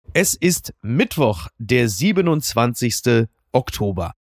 Es ist Mittwoch, der 27. Oktober.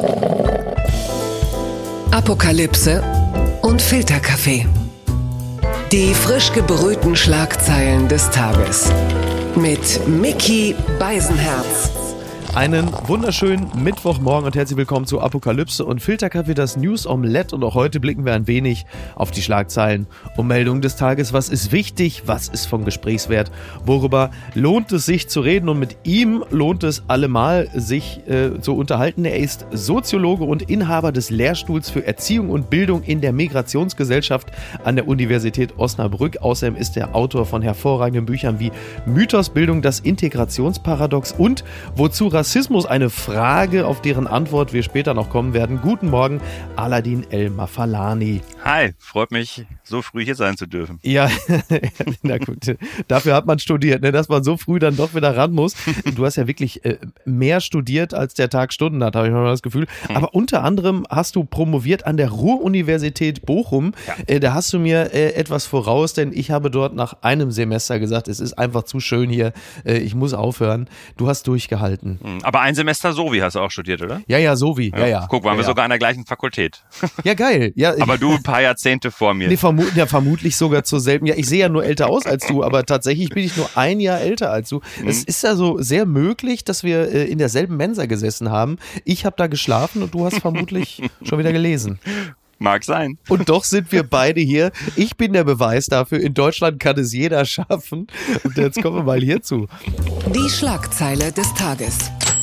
Apokalypse und Filterkaffee. Die frisch gebrühten Schlagzeilen des Tages. Mit Micky Beisenherz. Einen wunderschönen Mittwochmorgen und herzlich willkommen zu Apokalypse und Filterkaffee, das News Omelette. Und auch heute blicken wir ein wenig auf die Schlagzeilen und Meldungen des Tages. Was ist wichtig? Was ist von Gesprächswert? Worüber lohnt es sich zu reden? Und mit ihm lohnt es allemal, sich zu unterhalten. Er ist Soziologe und Inhaber des Lehrstuhls für Erziehung und Bildung in der Migrationsgesellschaft an der Universität Osnabrück. Außerdem ist er Autor von hervorragenden Büchern wie Mythosbildung, das Integrationsparadox und Wozu Rassismus, eine Frage, auf deren Antwort wir später noch kommen werden. Guten Morgen, Aladin El-Mafalani. Hi, freut mich, so früh hier sein zu dürfen. Ja, na gut, dafür hat man studiert, ne, dass man so früh dann doch wieder ran muss. Du hast ja wirklich mehr studiert, als der Tag Stunden hat, habe ich mal das Gefühl. Aber unter anderem hast du promoviert an der Ruhr-Universität Bochum. Ja. Da hast du mir etwas voraus, denn ich habe dort nach einem Semester gesagt, es ist einfach zu schön hier, ich muss aufhören. Du hast durchgehalten. Aber ein Semester Sovi hast du auch studiert, oder? Ja, Sovi. Ja. Guck, waren wir sogar an der gleichen Fakultät. Ja, geil. Ja, aber du ein paar Jahrzehnte vor mir. Nee, vermutlich sogar zur selben. Ja, ich sehe ja nur älter aus als du, aber tatsächlich bin ich nur ein Jahr älter als du. Es ist ja so sehr möglich, dass wir in derselben Mensa gesessen haben. Ich habe da geschlafen und du hast vermutlich schon wieder gelesen. Mag sein. Und doch sind wir beide hier. Ich bin der Beweis dafür. In Deutschland kann es jeder schaffen. Und jetzt kommen wir mal hierzu. Die Schlagzeile des Tages.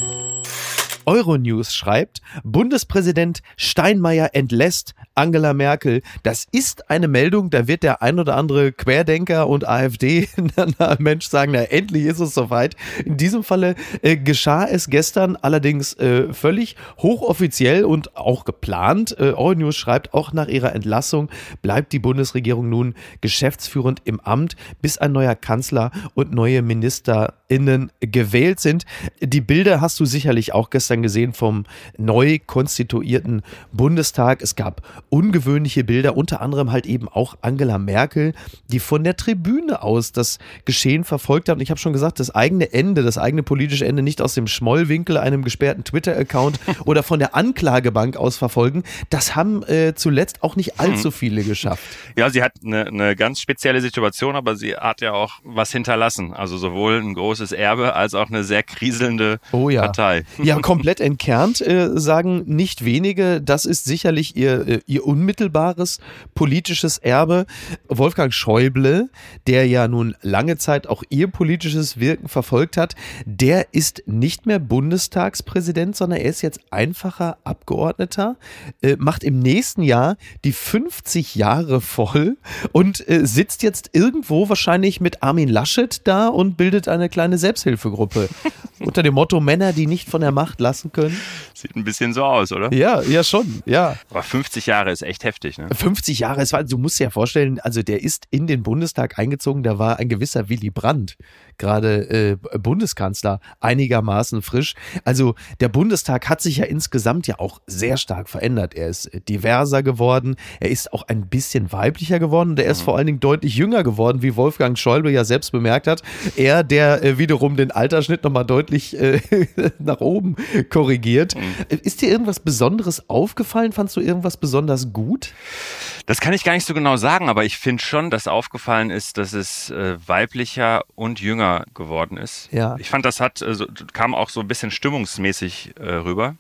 Euronews schreibt, Bundespräsident Steinmeier entlässt Angela Merkel. Das ist eine Meldung, da wird der ein oder andere Querdenker und AfD-Mensch sagen, na endlich ist es soweit. In diesem Falle geschah es gestern allerdings völlig hochoffiziell und auch geplant. Euronews schreibt, auch nach ihrer Entlassung bleibt die Bundesregierung nun geschäftsführend im Amt, bis ein neuer Kanzler und neue MinisterInnen gewählt sind. Die Bilder hast du sicherlich auch gestern gesehen vom neu konstituierten Bundestag. Es gab ungewöhnliche Bilder, unter anderem halt eben auch Angela Merkel, die von der Tribüne aus das Geschehen verfolgt hat. Und ich habe schon gesagt, das eigene politische Ende nicht aus dem Schmollwinkel, einem gesperrten Twitter-Account oder von der Anklagebank aus verfolgen, das haben zuletzt auch nicht allzu viele geschafft. Ja, sie hat eine ganz spezielle Situation, aber sie hat ja auch was hinterlassen. Also sowohl ein großes Erbe als auch eine sehr kriselnde Partei. Ja, komplett entkernt, sagen nicht wenige. Das ist sicherlich ihr unmittelbares politisches Erbe. Wolfgang Schäuble, der ja nun lange Zeit auch ihr politisches Wirken verfolgt hat, der ist nicht mehr Bundestagspräsident, sondern er ist jetzt einfacher Abgeordneter, macht im nächsten Jahr die 50 Jahre voll und sitzt jetzt irgendwo wahrscheinlich mit Armin Laschet da und bildet eine kleine Selbsthilfegruppe. Unter dem Motto Männer, die nicht von der Macht lassen können. Sieht ein bisschen so aus, oder? Ja, schon, ja. Aber 50 Jahre ist echt heftig, ne? 50 Jahre, du musst dir ja vorstellen, also der ist in den Bundestag eingezogen, da war ein gewisser Willy Brandt, gerade Bundeskanzler, einigermaßen frisch. Also der Bundestag hat sich ja insgesamt ja auch sehr stark verändert. Er ist diverser geworden, er ist auch ein bisschen weiblicher geworden und er ist vor allen Dingen deutlich jünger geworden, wie Wolfgang Schäuble ja selbst bemerkt hat. Er, der wiederum den Altersschnitt nochmal deutlich nach oben korrigiert. Ist dir irgendwas Besonderes aufgefallen? Fandst du irgendwas besonders gut? Das kann ich gar nicht so genau sagen, aber ich finde schon, dass aufgefallen ist, dass es weiblicher und jünger geworden ist. Ja. Ich fand, das kam auch so ein bisschen stimmungsmäßig rüber.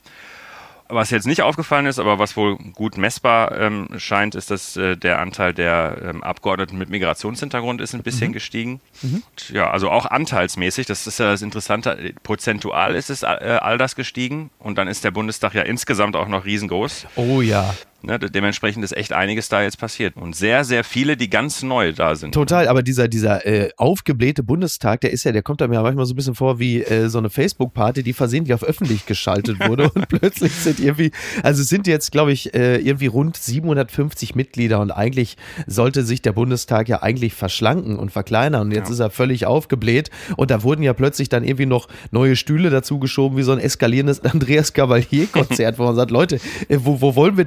Was jetzt nicht aufgefallen ist, aber was wohl gut messbar scheint, ist, dass der Anteil der Abgeordneten mit Migrationshintergrund ist ein bisschen gestiegen. Ja, also auch anteilsmäßig, das ist ja das Interessante, prozentual ist es all das gestiegen und dann ist der Bundestag ja insgesamt auch noch riesengroß. Oh ja. Ne, dementsprechend ist echt einiges da jetzt passiert. Und sehr, sehr viele, die ganz neu da sind. Total, aber dieser aufgeblähte Bundestag, der kommt einem ja manchmal so ein bisschen vor wie so eine Facebook-Party, die versehentlich auf öffentlich geschaltet wurde und plötzlich sind jetzt, glaube ich, irgendwie rund 750 Mitglieder und eigentlich sollte sich der Bundestag ja eigentlich verschlanken und verkleinern und jetzt ist er völlig aufgebläht und da wurden ja plötzlich dann irgendwie noch neue Stühle dazu geschoben, wie so ein eskalierendes Andreas Cavalier-Konzert, wo man sagt, Leute, wo wollen wir denn alle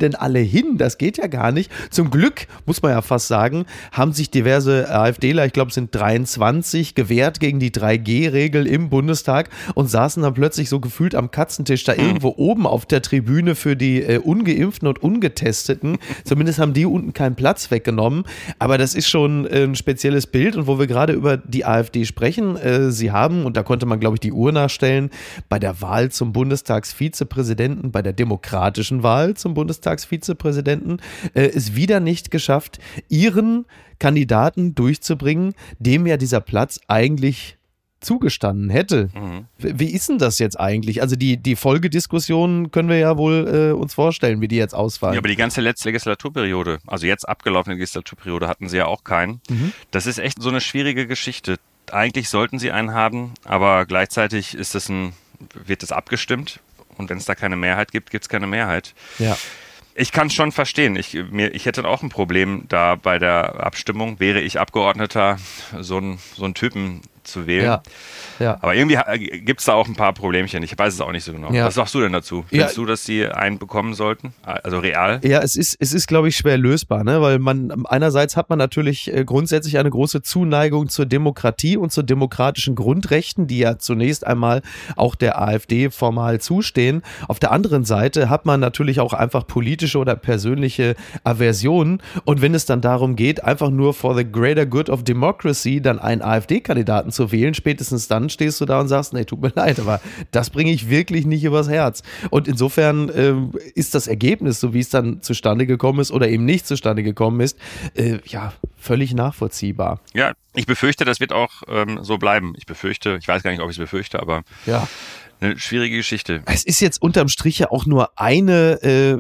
hin, das geht ja gar nicht. Zum Glück, muss man ja fast sagen, haben sich diverse AfDler, ich glaube es sind 23, gewehrt gegen die 3G-Regel im Bundestag und saßen dann plötzlich so gefühlt am Katzentisch da irgendwo oben auf der Tribüne für die Ungeimpften und Ungetesteten. Zumindest haben die unten keinen Platz weggenommen. Aber das ist schon ein spezielles Bild. Und wo wir gerade über die AfD sprechen, sie haben, und da konnte man, glaube ich, die Uhr nachstellen, bei der Wahl zum Bundestagsvizepräsidenten, bei der demokratischen Wahl zum Bundestagsvizepräsidenten, es wieder nicht geschafft, ihren Kandidaten durchzubringen, dem ja dieser Platz eigentlich zugestanden hätte. Wie ist denn das jetzt eigentlich? Also die Folgediskussion können wir ja wohl uns vorstellen, wie die jetzt ausfallen. Ja, aber die ganze letzte Legislaturperiode, also jetzt abgelaufene Legislaturperiode, hatten sie ja auch keinen. Das ist echt so eine schwierige Geschichte. Eigentlich sollten sie einen haben, aber gleichzeitig wird es abgestimmt und wenn es da keine Mehrheit gibt, gibt es keine Mehrheit. Ja. Ich kann es schon verstehen. Ich hätte auch ein Problem da bei der Abstimmung, wäre ich Abgeordneter, so einen Typen zu wählen. Ja. Aber irgendwie gibt es da auch ein paar Problemchen. Ich weiß es auch nicht so genau. Ja. Was sagst du denn dazu? Findest du, dass sie einen bekommen sollten? Also real? Ja, es ist, glaube ich, schwer lösbar, ne? Weil einerseits hat man natürlich grundsätzlich eine große Zuneigung zur Demokratie und zu demokratischen Grundrechten, die ja zunächst einmal auch der AfD formal zustehen. Auf der anderen Seite hat man natürlich auch einfach politische oder persönliche Aversionen. Und wenn es dann darum geht, einfach nur for the greater good of democracy dann einen AfD-Kandidaten zu wählen, spätestens dann stehst du da und sagst, nee, tut mir leid, aber das bringe ich wirklich nicht übers Herz. Und insofern ist das Ergebnis, so wie es dann zustande gekommen ist oder eben nicht zustande gekommen ist, völlig nachvollziehbar. Ja, ich befürchte, das wird auch so bleiben. Ich weiß gar nicht, ob ich es befürchte, aber ja. Eine schwierige Geschichte. Es ist jetzt unterm Strich ja auch nur eine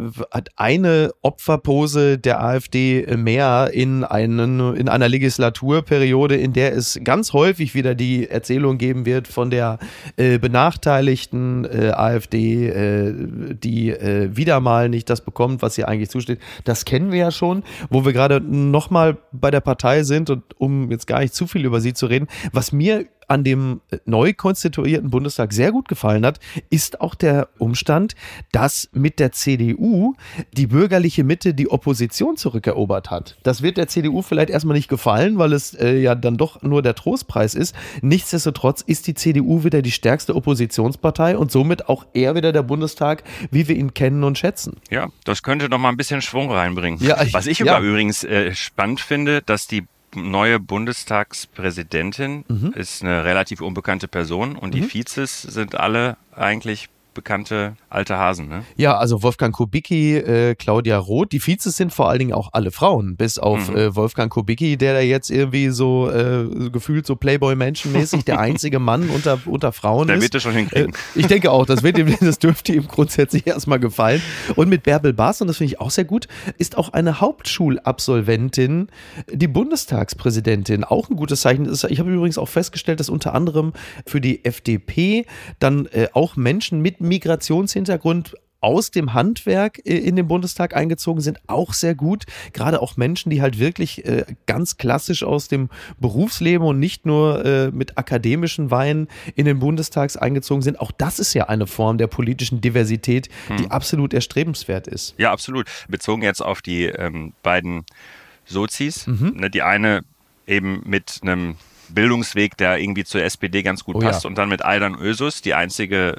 Opferpose der AfD mehr in einer Legislaturperiode, in der es ganz häufig wieder die Erzählung geben wird von der benachteiligten AfD, die wieder mal nicht das bekommt, was ihr eigentlich zusteht. Das kennen wir ja schon, wo wir gerade nochmal bei der Partei sind und um jetzt gar nicht zu viel über sie zu reden, was mir an dem neu konstituierten Bundestag sehr gut gefallen hat, ist auch der Umstand, dass mit der CDU die bürgerliche Mitte die Opposition zurückerobert hat. Das wird der CDU vielleicht erstmal nicht gefallen, weil es ja dann doch nur der Trostpreis ist. Nichtsdestotrotz ist die CDU wieder die stärkste Oppositionspartei und somit auch eher wieder der Bundestag, wie wir ihn kennen und schätzen. Ja, das könnte noch mal ein bisschen Schwung reinbringen. Ja, was ich übrigens spannend finde, dass die neue Bundestagspräsidentin ist eine relativ unbekannte Person und die Vizes sind alle eigentlich bekannte alte Hasen, ne? Ja, also Wolfgang Kubicki, Claudia Roth, die Vizes sind vor allen Dingen auch alle Frauen, bis auf Wolfgang Kubicki, der da jetzt irgendwie so gefühlt so Playboy-Menschenmäßig der einzige Mann unter Frauen der ist. Der wird das schon hinkriegen. Ich denke auch, das dürfte ihm grundsätzlich erstmal gefallen. Und mit Bärbel Baas, und das finde ich auch sehr gut, ist auch eine Hauptschulabsolventin die Bundestagspräsidentin. Auch ein gutes Zeichen. Ich habe übrigens auch festgestellt, dass unter anderem für die FDP dann auch Menschen mit Migrationshintergrund aus dem Handwerk in den Bundestag eingezogen sind, auch sehr gut. Gerade auch Menschen, die halt wirklich ganz klassisch aus dem Berufsleben und nicht nur mit akademischen Weinen in den Bundestag eingezogen sind. Auch das ist ja eine Form der politischen Diversität, die absolut erstrebenswert ist. Ja, absolut. Bezogen jetzt auf die beiden Sozis. Die eine eben mit einem Bildungsweg, der irgendwie zur SPD ganz gut passt. Und dann mit Aydan Özüs, die einzige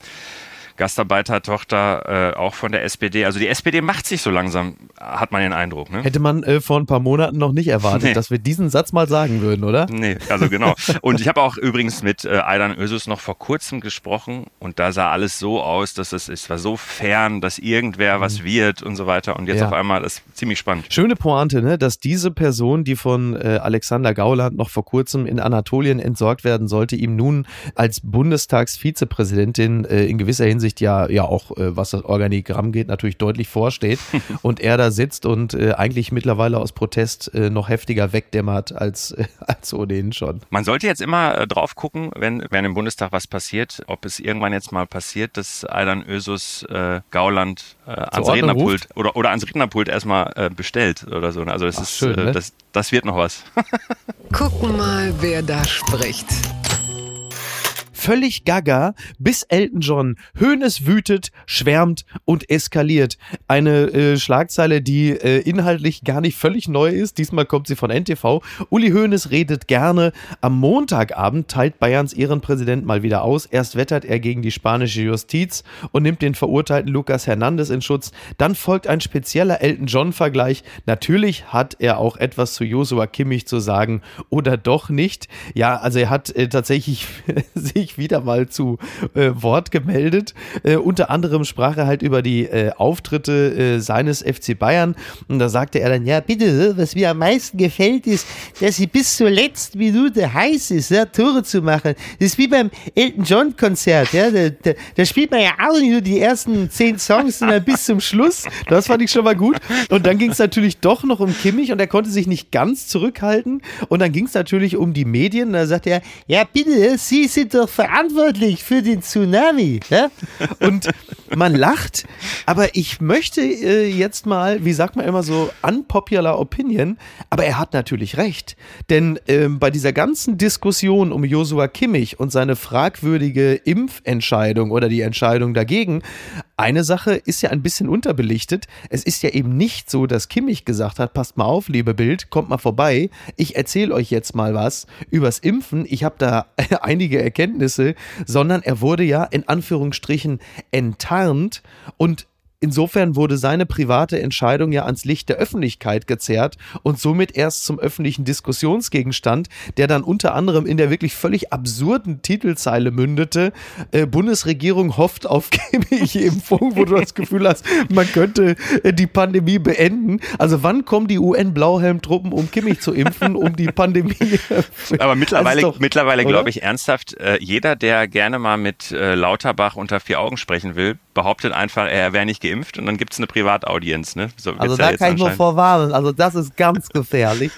Gastarbeitertochter auch von der SPD. Also die SPD macht sich so langsam, hat man den Eindruck. Ne? Hätte man vor ein paar Monaten noch nicht erwartet, dass wir diesen Satz mal sagen würden, oder? Nee, also genau. Und ich habe auch übrigens mit Aydan Özüs noch vor kurzem gesprochen und da sah alles so aus, dass es war so fern, dass irgendwer was wird und so weiter. Und jetzt auf einmal ist ziemlich spannend. Schöne Pointe, ne? Dass diese Person, die von Alexander Gauland noch vor kurzem in Anatolien entsorgt werden sollte, ihm nun als Bundestagsvizepräsidentin in gewisser Hinsicht ja auch, was das Organigramm geht, natürlich deutlich vorsteht und er da sitzt und eigentlich mittlerweile aus Protest noch heftiger wegdämmert als ohnehin schon. Man sollte jetzt immer drauf gucken, wenn im Bundestag was passiert, ob es irgendwann jetzt mal passiert, dass Aydan Özüs Gauland ans Rednerpult oder ans Rednerpult erstmal bestellt oder so. Also das ist schön, ne? Das wird noch was. Gucken mal, wer da spricht. völlig gaga, bis Elton John. Hoeneß wütet, schwärmt und eskaliert. Eine Schlagzeile, die inhaltlich gar nicht völlig neu ist. Diesmal kommt sie von NTV. Uli Hoeneß redet gerne. Am Montagabend teilt Bayerns Ehrenpräsident mal wieder aus. Erst wettert er gegen die spanische Justiz und nimmt den verurteilten Lucas Hernandez in Schutz. Dann folgt ein spezieller Elton John-Vergleich. Natürlich hat er auch etwas zu Joshua Kimmich zu sagen oder doch nicht. Ja, also er hat tatsächlich sich wieder mal zu Wort gemeldet. Unter anderem sprach er halt über die Auftritte seines FC Bayern und da sagte er dann, ja bitte, was mir am meisten gefällt ist, dass sie bis zur letzten Minute heiß ist, ja, Tore zu machen. Das ist wie beim Elton John Konzert, ja, da spielt man ja auch nur die ersten 10 Songs und dann bis zum Schluss. Das fand ich schon mal gut. Und dann ging es natürlich doch noch um Kimmich und er konnte sich nicht ganz zurückhalten und dann ging es natürlich um die Medien. Da sagte er, ja bitte, Sie sind doch verantwortlich für den Tsunami. Ja? Und man lacht, aber ich möchte jetzt mal, wie sagt man immer so, unpopular opinion, aber er hat natürlich recht. Denn bei dieser ganzen Diskussion um Joshua Kimmich und seine fragwürdige Impfentscheidung oder die Entscheidung dagegen, eine Sache ist ja ein bisschen unterbelichtet. Es ist ja eben nicht so, dass Kimmich gesagt hat, passt mal auf, liebe Bild, kommt mal vorbei. Ich erzähle euch jetzt mal was übers Impfen. Ich habe da einige Erkenntnisse, sondern er wurde ja in Anführungsstrichen enttarnt und insofern wurde seine private Entscheidung ja ans Licht der Öffentlichkeit gezerrt und somit erst zum öffentlichen Diskussionsgegenstand, der dann unter anderem in der wirklich völlig absurden Titelzeile mündete, Bundesregierung hofft auf Kimmich-Impfung, wo du das Gefühl hast, man könnte die Pandemie beenden. Also wann kommen die UN-Blauhelm-Truppen, um Kimmich zu impfen, um die Pandemie... Aber mittlerweile glaube ich ernsthaft, jeder, der gerne mal mit Lauterbach unter 4 Augen sprechen will, behauptet einfach, er wäre nicht geimpft und dann gibt es eine Privataudienz. Ne? So also da kann ich nur vorwarnen, also das ist ganz gefährlich.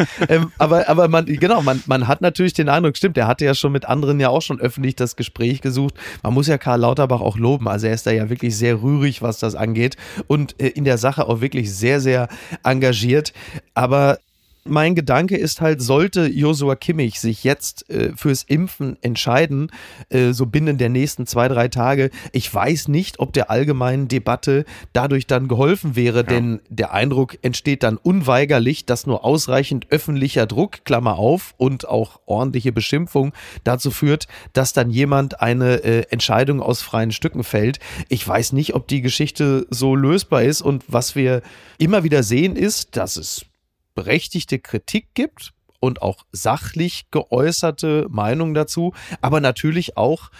aber man hat natürlich den Eindruck, stimmt, er hatte ja schon mit anderen ja auch schon öffentlich das Gespräch gesucht. Man muss ja Karl Lauterbach auch loben, also er ist da ja wirklich sehr rührig, was das angeht und in der Sache auch wirklich sehr, sehr engagiert. Aber mein Gedanke ist halt, sollte Joshua Kimmich sich jetzt fürs Impfen entscheiden, so binnen der nächsten 2-3 Tage, ich weiß nicht, ob der allgemeinen Debatte dadurch dann geholfen wäre, denn der Eindruck entsteht dann unweigerlich, dass nur ausreichend öffentlicher Druck, Klammer auf, und auch ordentliche Beschimpfung dazu führt, dass dann jemand eine Entscheidung aus freien Stücken fällt. Ich weiß nicht, ob die Geschichte so lösbar ist und was wir immer wieder sehen ist, dass es berechtigte Kritik gibt und auch sachlich geäußerte Meinungen dazu, aber natürlich auch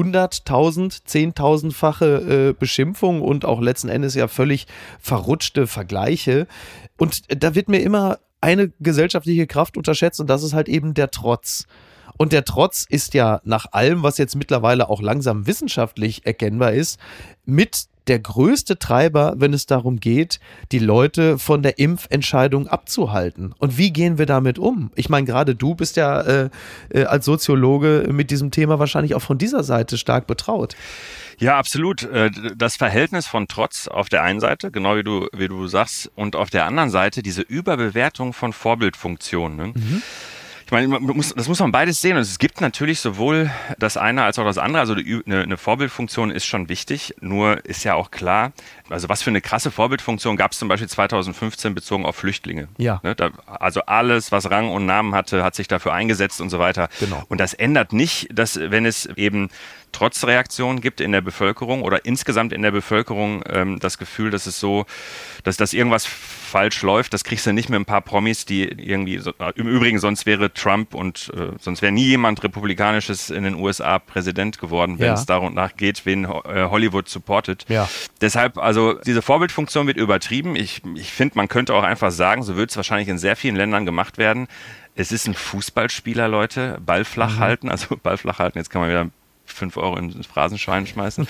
100.000, 10.000-fache Beschimpfungen und auch letzten Endes ja völlig verrutschte Vergleiche. Und da wird mir immer eine gesellschaftliche Kraft unterschätzt und das ist halt eben der Trotz. Und der Trotz ist ja nach allem, was jetzt mittlerweile auch langsam wissenschaftlich erkennbar ist, mit der größte Treiber, wenn es darum geht, die Leute von der Impfentscheidung abzuhalten. Und wie gehen wir damit um? Ich meine, gerade du bist ja als Soziologe mit diesem Thema wahrscheinlich auch von dieser Seite stark betraut. Ja, absolut. Das Verhältnis von Trotz auf der einen Seite, genau wie du sagst, und auf der anderen Seite diese Überbewertung von Vorbildfunktionen. Ne? Mhm. Ich meine, das muss man beides sehen. Und es gibt natürlich sowohl das eine als auch das andere. Also eine Vorbildfunktion ist schon wichtig. Nur ist ja auch klar, also was für eine krasse Vorbildfunktion gab es zum Beispiel 2015 bezogen auf Flüchtlinge. Ja. Ne, also alles, was Rang und Namen hatte, hat sich dafür eingesetzt und so weiter. Genau. Und das ändert nicht, dass wenn es eben Trotzreaktionen gibt in der Bevölkerung oder insgesamt in der Bevölkerung das Gefühl, dass es so, dass irgendwas falsch läuft, das kriegst du nicht mit ein paar Promis, die irgendwie, im Übrigen sonst wäre Trump und sonst wäre nie jemand Republikanisches in den USA Präsident geworden, wenn es darum geht, wen Hollywood supportet. Ja. Deshalb, also diese Vorbildfunktion wird übertrieben. Ich finde, man könnte auch einfach sagen, so wird es wahrscheinlich in sehr vielen Ländern gemacht werden. Es ist ein Fußballspieler, Leute, Ball flach halten, also Ball flach halten, jetzt kann man wieder 5 Euro ins Phrasenschwein schmeißen.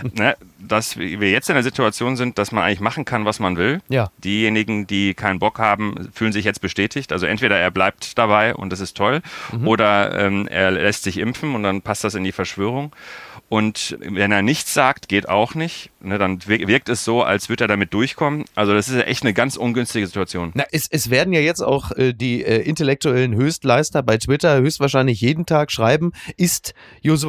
Dass wir jetzt in der Situation sind, dass man eigentlich machen kann, was man will. Ja. Diejenigen, die keinen Bock haben, fühlen sich jetzt bestätigt. Also entweder er bleibt dabei und das ist toll, oder er lässt sich impfen und dann passt das in die Verschwörung. Und wenn er nichts sagt, geht auch nicht. Ne, dann wirkt es so, als würde er damit durchkommen. Also das ist ja echt eine ganz ungünstige Situation. Na, es werden ja jetzt auch die intellektuellen Höchstleister bei Twitter höchstwahrscheinlich jeden Tag schreiben, ist Joshua Kimmich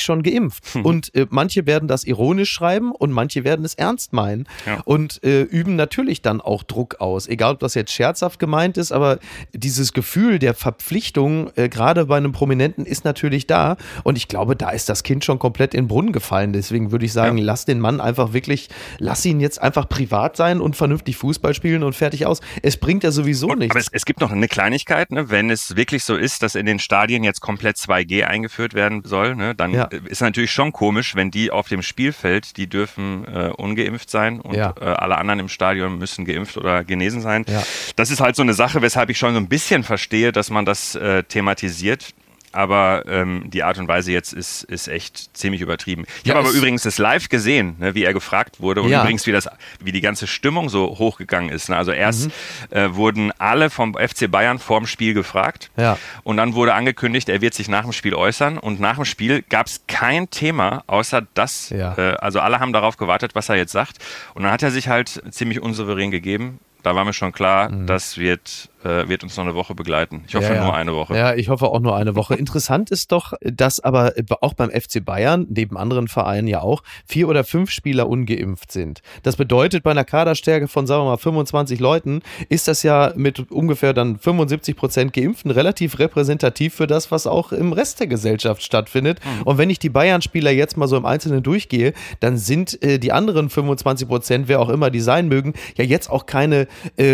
schon geimpft. Und manche werden das ironisch schreiben und manche werden es ernst meinen und üben natürlich dann auch Druck aus. Egal, ob das jetzt scherzhaft gemeint ist, aber dieses Gefühl der Verpflichtung, gerade bei einem Prominenten, ist natürlich da. Und ich glaube, da ist das Kind schon komplett in den Brunnen gefallen. Deswegen würde ich sagen, lass den Mann einfach wirklich, lass ihn jetzt einfach privat sein und vernünftig Fußball spielen und fertig aus. Es bringt ja sowieso nichts. Aber es gibt noch eine Kleinigkeit, ne? Wenn es wirklich so ist, dass in den Stadien jetzt komplett 2G eingeführt werden soll, ne? Dann ist natürlich schon komisch, wenn die auf dem Spielfeld, die dürfen ungeimpft sein und alle anderen im Stadion müssen geimpft oder genesen sein. Ja. Das ist halt so eine Sache, weshalb ich schon so ein bisschen verstehe, dass man das thematisiert. Aber die Art und Weise jetzt ist echt ziemlich übertrieben. Ich habe aber übrigens das live gesehen, ne, wie er gefragt wurde und übrigens wie die ganze Stimmung so hochgegangen ist. Ne? Also erst wurden alle vom FC Bayern vorm Spiel gefragt und dann wurde angekündigt, er wird sich nach dem Spiel äußern und nach dem Spiel gab es kein Thema, außer das. Also alle haben darauf gewartet, was er jetzt sagt und dann hat er sich halt ziemlich unsouverän gegeben. Da war mir schon klar, das wird uns noch eine Woche begleiten. Ich hoffe nur eine Woche. Ja, ich hoffe auch nur eine Woche. Interessant ist doch, dass aber auch beim FC Bayern, neben anderen Vereinen ja auch, 4 oder 5 Spieler ungeimpft sind. Das bedeutet, bei einer Kaderstärke von, sagen wir mal, 25 Leuten ist das ja mit ungefähr dann 75% Geimpften relativ repräsentativ für das, was auch im Rest der Gesellschaft stattfindet. Und wenn ich die Bayern-Spieler jetzt mal so im Einzelnen durchgehe, dann sind die anderen 25%, wer auch immer die sein mögen, ja jetzt auch keine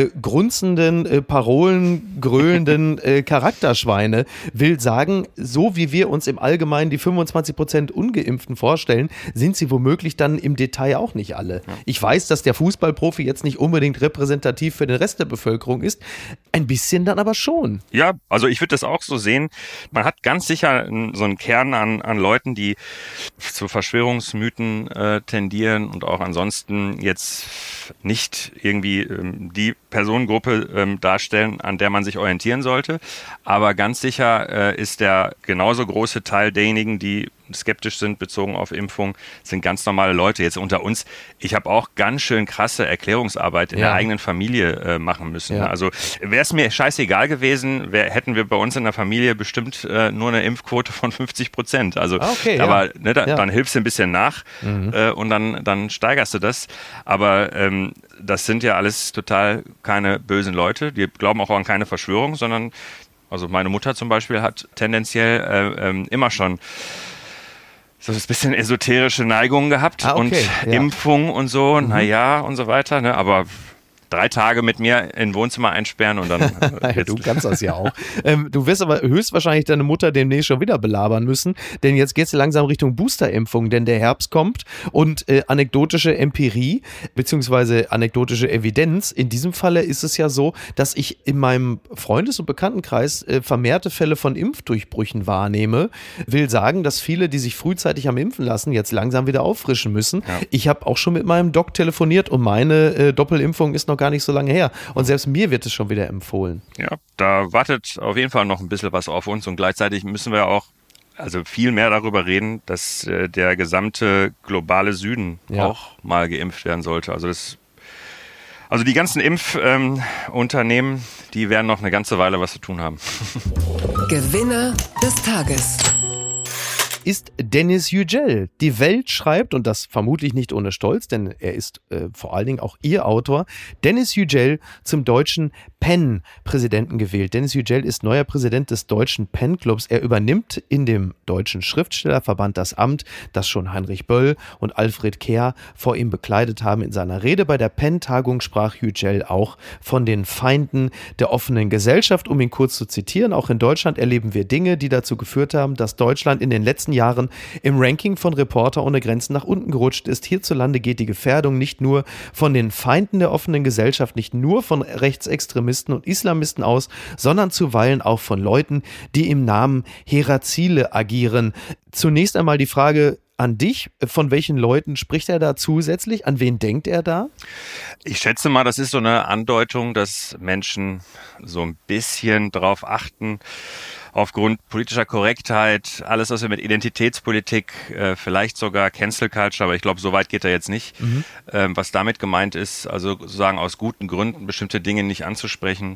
grunzenden, gröhlenden Charakterschweine. Will sagen, so wie wir uns im Allgemeinen die 25% Ungeimpften vorstellen, sind sie womöglich dann im Detail auch nicht alle. Ja. Ich weiß, dass der Fußballprofi jetzt nicht unbedingt repräsentativ für den Rest der Bevölkerung ist, ein bisschen dann aber schon. Ja, also ich würde das auch so sehen. Man hat ganz sicher so einen Kern an Leuten, die zu Verschwörungsmythen tendieren und auch ansonsten jetzt nicht irgendwie die Personengruppe darstellen, an der man sich orientieren sollte. Aber ganz sicher ist der genauso große Teil derjenigen, die skeptisch sind bezogen auf Impfung, sind ganz normale Leute. Jetzt unter uns, ich habe auch ganz schön krasse Erklärungsarbeit in der eigenen Familie machen müssen. Ja. Also wäre es mir scheißegal gewesen, hätten wir bei uns in der Familie bestimmt nur eine Impfquote von 50%. Also aber dann hilfst du ein bisschen nach und dann steigerst du das. Aber das sind ja alles total keine bösen Leute. Die glauben auch an keine Verschwörung, sondern also meine Mutter zum Beispiel hat tendenziell immer schon so ein bisschen esoterische Neigungen gehabt und Impfung und so, und so weiter, ne? Aber 3 Tage mit mir in Wohnzimmer einsperren und dann... Du kannst das ja auch. Du wirst aber höchstwahrscheinlich deine Mutter demnächst schon wieder belabern müssen, denn jetzt geht es langsam Richtung Boosterimpfung, denn der Herbst kommt und anekdotische Empirie bzw. anekdotische Evidenz, in diesem Falle ist es ja so, dass ich in meinem Freundes- und Bekanntenkreis vermehrte Fälle von Impfdurchbrüchen wahrnehme. Will sagen, dass viele, die sich frühzeitig haben impfen lassen, jetzt langsam wieder auffrischen müssen. Ja. Ich habe auch schon mit meinem Doc telefoniert und meine Doppelimpfung ist noch gar nicht so lange her. Und selbst mir wird es schon wieder empfohlen. Ja, da wartet auf jeden Fall noch ein bisschen was auf uns und gleichzeitig müssen wir auch viel mehr darüber reden, dass der gesamte globale Süden auch mal geimpft werden sollte. Also die ganzen Impfunternehmen, die werden noch eine ganze Weile was zu tun haben. Gewinner des Tages ist Deniz Yücel. Die Welt schreibt, und das vermutlich nicht ohne Stolz, denn er ist vor allen Dingen auch ihr Autor, Deniz Yücel zum deutschen PEN-Präsidenten gewählt. Deniz Yücel ist neuer Präsident des deutschen PEN-Clubs. Er übernimmt in dem deutschen Schriftstellerverband das Amt, das schon Heinrich Böll und Alfred Kehr vor ihm bekleidet haben. In seiner Rede bei der PEN-Tagung sprach Yücel auch von den Feinden der offenen Gesellschaft. Um ihn kurz zu zitieren, auch in Deutschland erleben wir Dinge, die dazu geführt haben, dass Deutschland in den letzten Jahren im Ranking von Reporter ohne Grenzen nach unten gerutscht ist. Hierzulande geht die Gefährdung nicht nur von den Feinden der offenen Gesellschaft, nicht nur von Rechtsextremisten und Islamisten aus, sondern zuweilen auch von Leuten, die im Namen hehrer Ziele agieren. Zunächst einmal die Frage an dich, von welchen Leuten spricht er da zusätzlich? An wen denkt er da? Ich schätze mal, das ist so eine Andeutung, dass Menschen so ein bisschen drauf achten, aufgrund politischer Korrektheit, alles, was wir mit Identitätspolitik, vielleicht sogar Cancel Culture, aber ich glaube, so weit geht er jetzt nicht, was damit gemeint ist, also sozusagen aus guten Gründen bestimmte Dinge nicht anzusprechen,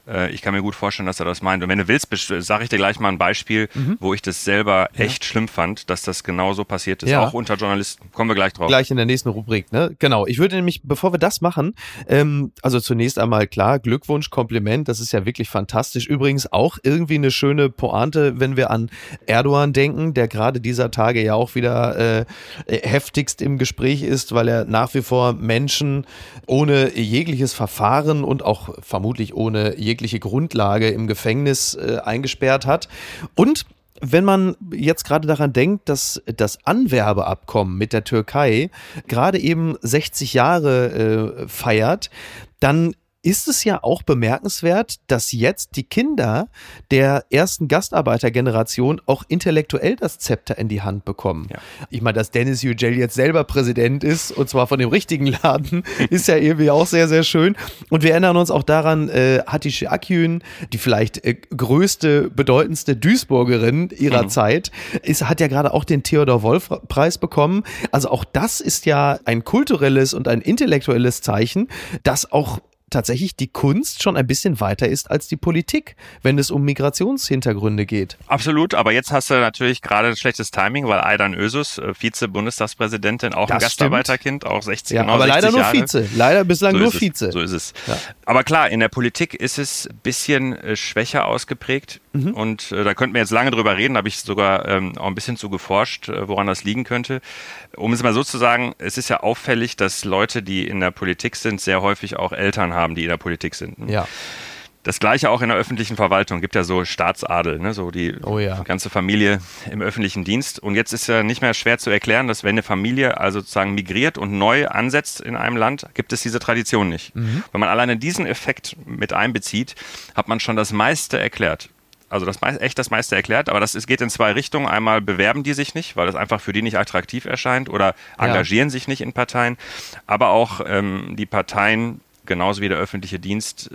Ich kann mir gut vorstellen, dass er das meint. Und wenn du willst, sage ich dir gleich mal ein Beispiel, wo ich das selber echt schlimm fand, dass das genauso passiert ist, auch unter Journalisten. Kommen wir gleich drauf. Gleich in der nächsten Rubrik, ne? Genau. Ich würde nämlich, bevor wir das machen, also zunächst einmal klar, Glückwunsch, Kompliment, das ist ja wirklich fantastisch. Übrigens auch irgendwie eine schöne Pointe, wenn wir an Erdogan denken, der gerade dieser Tage ja auch wieder heftigst im Gespräch ist, weil er nach wie vor Menschen ohne jegliches Verfahren und auch vermutlich ohne jegliche Grundlage im Gefängnis eingesperrt hat. Und wenn man jetzt gerade daran denkt, dass das Anwerbeabkommen mit der Türkei gerade eben 60 Jahre feiert, dann ist es ja auch bemerkenswert, dass jetzt die Kinder der ersten Gastarbeitergeneration auch intellektuell das Zepter in die Hand bekommen. Ja. Ich meine, dass Dennis Yücel jetzt selber Präsident ist, und zwar von dem richtigen Laden, ist ja irgendwie auch sehr, sehr schön. Und wir erinnern uns auch daran, Hatice Akgün, die vielleicht größte, bedeutendste Duisburgerin ihrer Zeit, hat ja gerade auch den Theodor-Wolff-Preis bekommen. Also auch das ist ja ein kulturelles und ein intellektuelles Zeichen, das auch tatsächlich die Kunst schon ein bisschen weiter ist als die Politik, wenn es um Migrationshintergründe geht. Absolut, aber jetzt hast du natürlich gerade ein schlechtes Timing, weil Aydan Özüz, Vize-Bundestagspräsidentin, auch ein Gastarbeiterkind, auch 60 Jahre. Aber leider nur Vize, leider bislang nur Vize. So ist es. Ja. Aber klar, in der Politik ist es ein bisschen schwächer ausgeprägt und da könnten wir jetzt lange drüber reden, da habe ich sogar auch ein bisschen zu geforscht, woran das liegen könnte. Um es mal so zu sagen, es ist ja auffällig, dass Leute, die in der Politik sind, sehr häufig auch Eltern haben, die in der Politik sind. Ja. Das Gleiche auch in der öffentlichen Verwaltung. Gibt ja so Staatsadel, ne? So die ganze Familie im öffentlichen Dienst. Und jetzt ist ja nicht mehr schwer zu erklären, dass wenn eine Familie also sozusagen migriert und neu ansetzt in einem Land, gibt es diese Tradition nicht. Wenn man alleine diesen Effekt mit einbezieht, hat man schon das meiste erklärt. Also das meiste erklärt, aber es geht in zwei Richtungen. Einmal bewerben die sich nicht, weil das einfach für die nicht attraktiv erscheint oder engagieren sich nicht in Parteien. Aber auch die Parteien, genauso wie der öffentliche Dienst,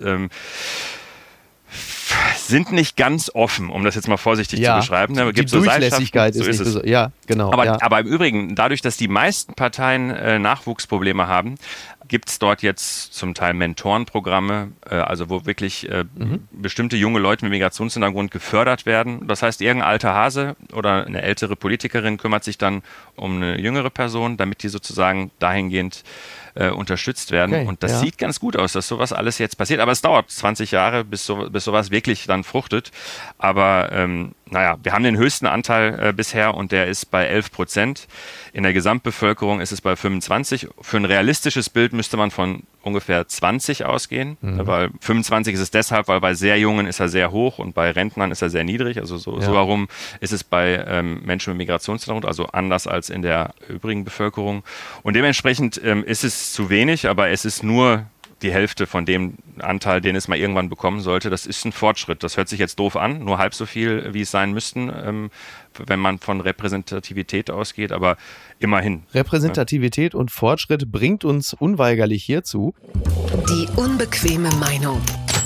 sind nicht ganz offen, um das jetzt mal vorsichtig zu beschreiben. Die Durchlässigkeit ist nicht so. Ja, genau. Aber im Übrigen, dadurch, dass die meisten Parteien Nachwuchsprobleme haben, gibt es dort jetzt zum Teil Mentorenprogramme, also wo wirklich bestimmte junge Leute mit Migrationshintergrund gefördert werden. Das heißt, irgendein alter Hase oder eine ältere Politikerin kümmert sich dann um eine jüngere Person, damit die sozusagen dahingehend unterstüzt werden. Okay, und das sieht ganz gut aus, dass sowas alles jetzt passiert. Aber es dauert 20 Jahre, bis sowas wirklich dann fruchtet. Aber wir haben den höchsten Anteil bisher und der ist bei 11%. In der Gesamtbevölkerung ist es bei 25%. Für ein realistisches Bild müsste man von ungefähr 20 ausgehen, weil 25 ist es deshalb, weil bei sehr Jungen ist er sehr hoch und bei Rentnern ist er sehr niedrig. Also so herum ist es bei Menschen mit Migrationshintergrund, also anders als in der übrigen Bevölkerung. Und dementsprechend ist es zu wenig, aber es ist nur die Hälfte von dem Anteil, den es mal irgendwann bekommen sollte. Das ist ein Fortschritt. Das hört sich jetzt doof an, nur halb so viel, wie es sein müssten, wenn man von Repräsentativität ausgeht, aber immerhin. Repräsentativität und Fortschritt bringt uns unweigerlich hierzu. Die unbequeme Meinung.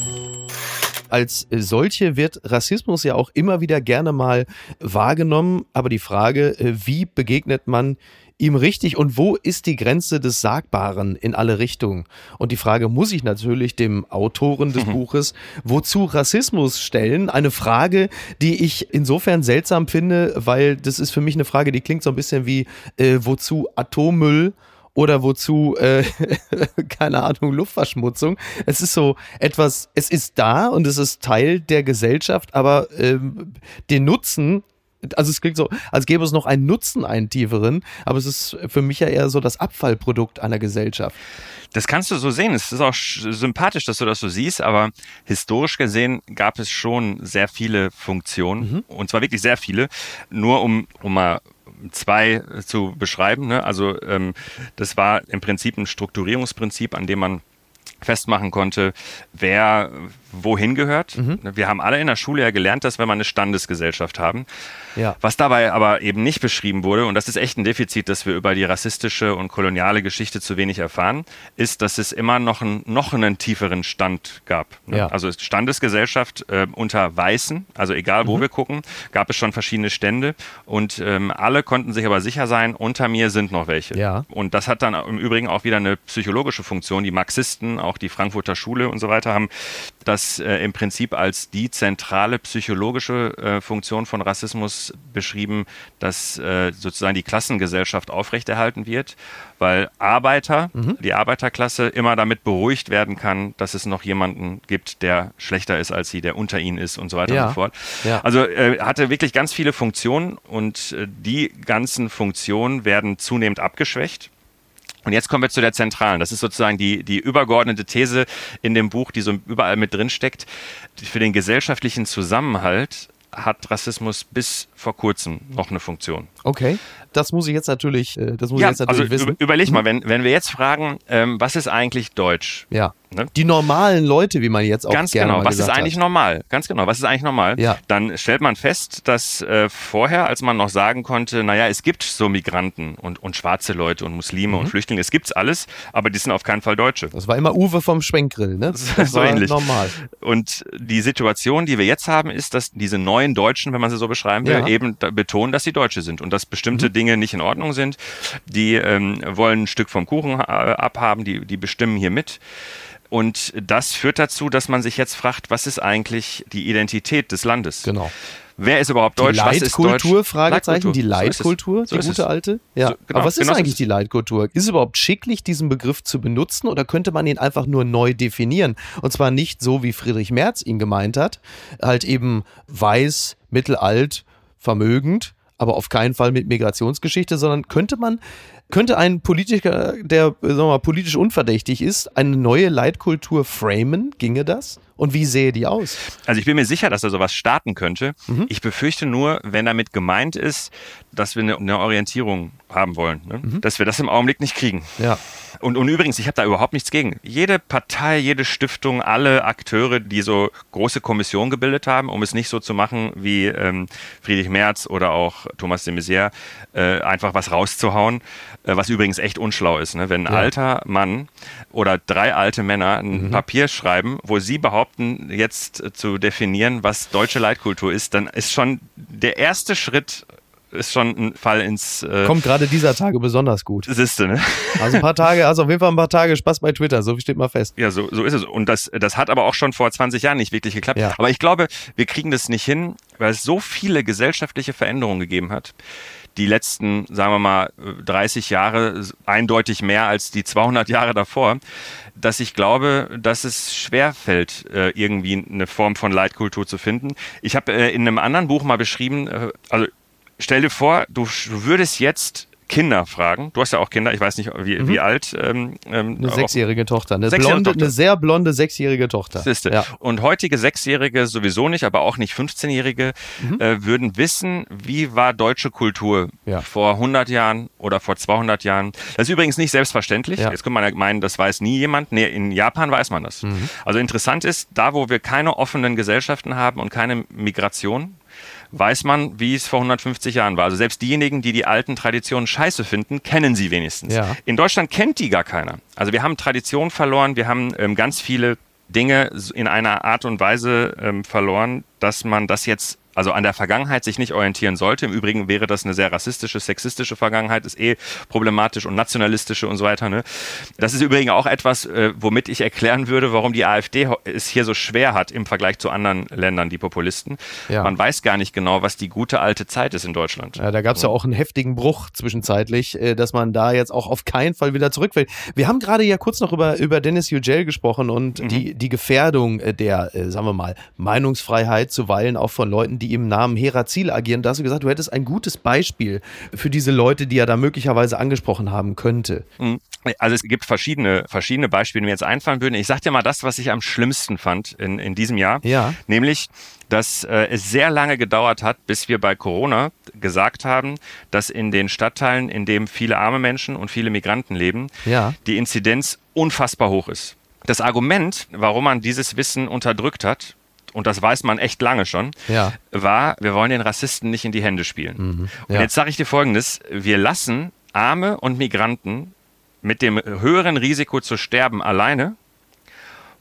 Als solche wird Rassismus ja auch immer wieder gerne mal wahrgenommen, aber die Frage, wie begegnet man ihm richtig und wo ist die Grenze des Sagbaren in alle Richtungen? Und die Frage muss ich natürlich dem Autoren des Buches Wozu Rassismus stellen. Eine Frage, die ich insofern seltsam finde, weil das ist für mich eine Frage, die klingt so ein bisschen wie wozu Atommüll? Oder wozu, keine Ahnung, Luftverschmutzung. Es ist so etwas, es ist da und es ist Teil der Gesellschaft, aber den Nutzen, also es klingt so, als gäbe es noch einen Nutzen, einen tieferen, aber es ist für mich ja eher so das Abfallprodukt einer Gesellschaft. Das kannst du so sehen. Es ist auch sympathisch, dass du das so siehst, aber historisch gesehen gab es schon sehr viele Funktionen und zwar wirklich sehr viele. Nur um mal zwei zu beschreiben, ne? Also das war im Prinzip ein Strukturierungsprinzip, an dem man festmachen konnte, wer wohin gehört. Wir haben alle in der Schule ja gelernt, dass wir mal eine Standesgesellschaft haben. Ja. Was dabei aber eben nicht beschrieben wurde, und das ist echt ein Defizit, dass wir über die rassistische und koloniale Geschichte zu wenig erfahren, ist, dass es immer noch einen tieferen Stand gab. Ja. Also Standesgesellschaft unter Weißen, also egal wo wir gucken, gab es schon verschiedene Stände und alle konnten sich aber sicher sein, unter mir sind noch welche. Ja. Und das hat dann im Übrigen auch wieder eine psychologische Funktion. Die Marxisten, auch die Frankfurter Schule und so weiter haben das das im Prinzip als die zentrale psychologische Funktion von Rassismus beschrieben, dass sozusagen die Klassengesellschaft aufrechterhalten wird, weil die Arbeiterklasse immer damit beruhigt werden kann, dass es noch jemanden gibt, der schlechter ist als sie, der unter ihnen ist und so weiter und so fort. Ja. Also hatte wirklich ganz viele Funktionen und die ganzen Funktionen werden zunehmend abgeschwächt. Und jetzt kommen wir zu der zentralen. Das ist sozusagen die übergeordnete These in dem Buch, die so überall mit drin steckt. Für den gesellschaftlichen Zusammenhalt hat Rassismus bis vor kurzem noch eine Funktion. Okay, das muss ich jetzt natürlich, wissen. Überleg mal, wenn wir jetzt fragen, was ist eigentlich Deutsch? Ja. Ne? Die normalen Leute, wie man jetzt auch ganz gerne genau, mal was ist eigentlich hat. normal? Ganz genau, was ist eigentlich normal? Ja. Dann stellt man fest, dass vorher, als man noch sagen konnte, naja, es gibt so Migranten und schwarze Leute und Muslime und Flüchtlinge, es gibt's alles, aber die sind auf keinen Fall Deutsche. Das war immer Uwe vom Schwenkgrill, ne? Das so war ähnlich. Normal. Und die Situation, die wir jetzt haben, ist, dass diese neuen Deutschen, wenn man sie so beschreiben will, eben betonen, dass sie Deutsche sind und dass bestimmte Dinge nicht in Ordnung sind. Die wollen ein Stück vom Kuchen abhaben, die bestimmen hier mit. Und das führt dazu, dass man sich jetzt fragt, was ist eigentlich die Identität des Landes? Genau. Wer ist überhaupt Deutsch? Was ist Deutsch? Fragezeichen, die Leitkultur, so die gute alte? Ja. Genau, aber was ist eigentlich die Leitkultur? Ist es überhaupt schicklich, diesen Begriff zu benutzen oder könnte man ihn einfach nur neu definieren? Und zwar nicht so, wie Friedrich Merz ihn gemeint hat, halt eben weiß, mittelalt, vermögend, aber auf keinen Fall mit Migrationsgeschichte, sondern könnte ein Politiker, der sagen wir mal, politisch unverdächtig ist, eine neue Leitkultur framen? Ginge das? Und wie sähe die aus? Also ich bin mir sicher, dass er sowas starten könnte. Ich befürchte nur, wenn damit gemeint ist, dass wir eine Orientierung haben wollen, ne? Dass wir das im Augenblick nicht kriegen. Ja. Und übrigens, ich habe da überhaupt nichts gegen. Jede Partei, jede Stiftung, alle Akteure, die so große Kommissionen gebildet haben, um es nicht so zu machen wie Friedrich Merz oder auch Thomas de Maizière, einfach was rauszuhauen, was übrigens echt unschlau ist. Ne? Wenn ein alter Mann oder 3 alte Männer ein Papier schreiben, wo sie behaupten, jetzt zu definieren, was deutsche Leitkultur ist, dann ist schon der erste Schritt ist schon ein Fall ins... Kommt gerade dieser Tage besonders gut. Siehste, ne? Also auf jeden Fall ein paar Tage Spaß bei Twitter, so steht mal fest. Ja, so ist es. Und das hat aber auch schon vor 20 Jahren nicht wirklich geklappt. Ja. Aber ich glaube, wir kriegen das nicht hin, weil es so viele gesellschaftliche Veränderungen gegeben hat. Die letzten, sagen wir mal, 30 Jahre eindeutig mehr als die 200 Jahre davor, dass ich glaube, dass es schwerfällt, irgendwie eine Form von Leitkultur zu finden. Ich habe in einem anderen Buch mal beschrieben, also stell dir vor, du würdest jetzt Kinder fragen. Du hast ja auch Kinder, ich weiß nicht, wie alt. Eine 6-jährige Tochter. Eine sehr blonde 6-jährige Tochter. Siehste. Ja. Und heutige 6-Jährige sowieso nicht, aber auch nicht 15-Jährige würden wissen, wie war deutsche Kultur vor 100 Jahren oder vor 200 Jahren. Das ist übrigens nicht selbstverständlich. Ja. Jetzt könnte man ja meinen, das weiß nie jemand. Nee, in Japan weiß man das. Also interessant ist, da wo wir keine offenen Gesellschaften haben und keine Migration, weiß man, wie es vor 150 Jahren war. Also selbst diejenigen, die die alten Traditionen scheiße finden, kennen sie wenigstens. Ja. In Deutschland kennt die gar keiner. Also wir haben Tradition verloren, wir haben ganz viele Dinge in einer Art und Weise verloren, dass man das jetzt also an der Vergangenheit sich nicht orientieren sollte. Im Übrigen wäre das eine sehr rassistische, sexistische Vergangenheit, ist problematisch und nationalistische und so weiter. Ne? Das ist übrigens auch etwas, womit ich erklären würde, warum die AfD es hier so schwer hat im Vergleich zu anderen Ländern, die Populisten. Ja. Man weiß gar nicht genau, was die gute alte Zeit ist in Deutschland. Ja, da gab es ja auch einen heftigen Bruch zwischenzeitlich, dass man da jetzt auch auf keinen Fall wieder zurück will. Wir haben gerade ja kurz noch über Dennis Yücel gesprochen und die Gefährdung der, sagen wir mal, Meinungsfreiheit zuweilen auch von Leuten, die im Namen hehrer Ziele agieren. Da hast du gesagt, du hättest ein gutes Beispiel für diese Leute, die er da möglicherweise angesprochen haben könnte. Also es gibt verschiedene Beispiele, die mir jetzt einfallen würden. Ich sag dir mal das, was ich am schlimmsten fand in diesem Jahr. Ja. Nämlich, dass es sehr lange gedauert hat, bis wir bei Corona gesagt haben, dass in den Stadtteilen, in denen viele arme Menschen und viele Migranten leben, die Inzidenz unfassbar hoch ist. Das Argument, warum man dieses Wissen unterdrückt hat, und das weiß man echt lange schon, war, wir wollen den Rassisten nicht in die Hände spielen. Und jetzt sage ich dir Folgendes, wir lassen Arme und Migranten mit dem höheren Risiko zu sterben alleine,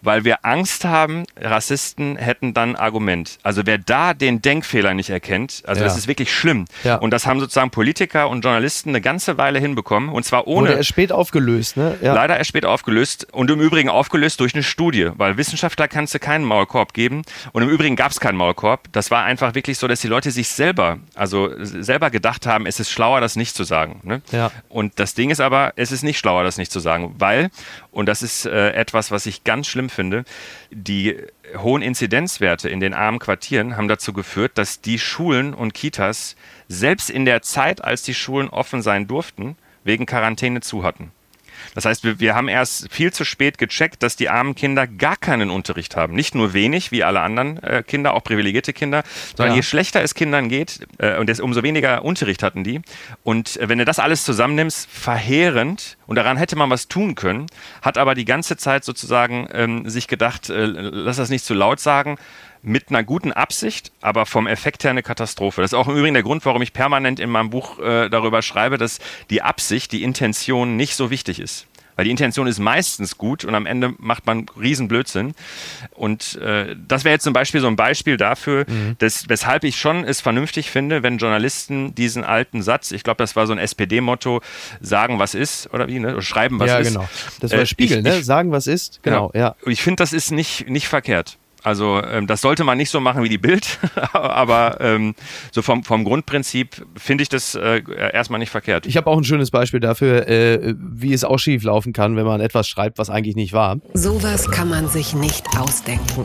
weil wir Angst haben, Rassisten hätten dann ein Argument. Also wer da den Denkfehler nicht erkennt, also das ist wirklich schlimm. Ja. Und das haben sozusagen Politiker und Journalisten eine ganze Weile hinbekommen und zwar ohne... Wurde erst spät aufgelöst, ne? Ja. Leider erst spät aufgelöst und im Übrigen aufgelöst durch eine Studie, weil Wissenschaftler kannst du keinen Maulkorb geben und im Übrigen gab es keinen Maulkorb. Das war einfach wirklich so, dass die Leute sich selber gedacht haben, es ist schlauer, das nicht zu sagen. Ne? Ja. Und das Ding ist aber, es ist nicht schlauer, das nicht zu sagen, weil, und das ist etwas, was ich ganz schlimm finde, die hohen Inzidenzwerte in den armen Quartieren haben dazu geführt, dass die Schulen und Kitas selbst in der Zeit, als die Schulen offen sein durften, wegen Quarantäne zu hatten. Das heißt, wir haben erst viel zu spät gecheckt, dass die armen Kinder gar keinen Unterricht haben. Nicht nur wenig, wie alle anderen Kinder, auch privilegierte Kinder, sondern je schlechter es Kindern geht, umso weniger Unterricht hatten die. Und wenn du das alles zusammennimmst, verheerend, und daran hätte man was tun können, hat aber die ganze Zeit sozusagen sich gedacht, lass das nicht zu laut sagen, mit einer guten Absicht, aber vom Effekt her eine Katastrophe. Das ist auch im Übrigen der Grund, warum ich permanent in meinem Buch darüber schreibe, dass die Absicht, die Intention nicht so wichtig ist. Weil die Intention ist meistens gut und am Ende macht man riesen Blödsinn. Und das wäre jetzt zum Beispiel so ein Beispiel dafür, weshalb ich schon es vernünftig finde, wenn Journalisten diesen alten Satz, ich glaube, das war so ein SPD-Motto, sagen, was ist, oder wie, ne? Oder schreiben, was ist. Ja, genau. Das war Spiegel, ne? Sagen, was ist. Genau, ja. Und ich finde, das ist nicht verkehrt. Also das sollte man nicht so machen wie die Bild, aber so vom Grundprinzip finde ich das erstmal nicht verkehrt. Ich habe auch ein schönes Beispiel dafür, wie es auch schief laufen kann, wenn man etwas schreibt, was eigentlich nicht war. Sowas kann man sich nicht ausdenken.